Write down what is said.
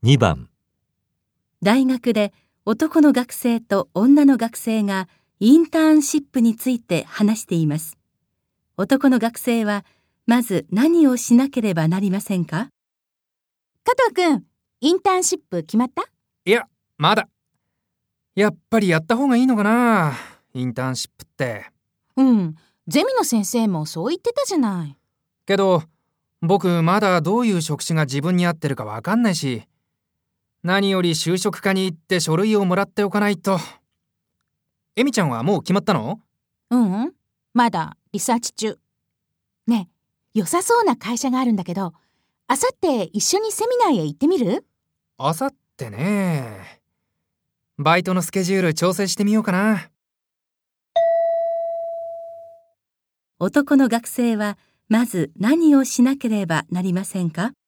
2番、 大学で男の学生と女の学生がインターンシップについて話しています。男の学生はまず何をしなければなりませんか？ 加藤くん、インターンシップ決まった？ いや、まだ。やっぱりやった方がいいのかな、インターンシップって。 ゼミの先生もそう言ってたじゃない。 けど、僕まだどういう職種が自分に合ってるかわかんないし、何より就職課に行って書類をもらっておかないと。エミちゃんはもう決まったの？ まだリサーチ中。ねえ、良さそうな会社があるんだけど、あさって一緒にセミナーへ行ってみる？ あさってね。バイトのスケジュール調整してみようかな。 男の学生はまず何をしなければなりませんか？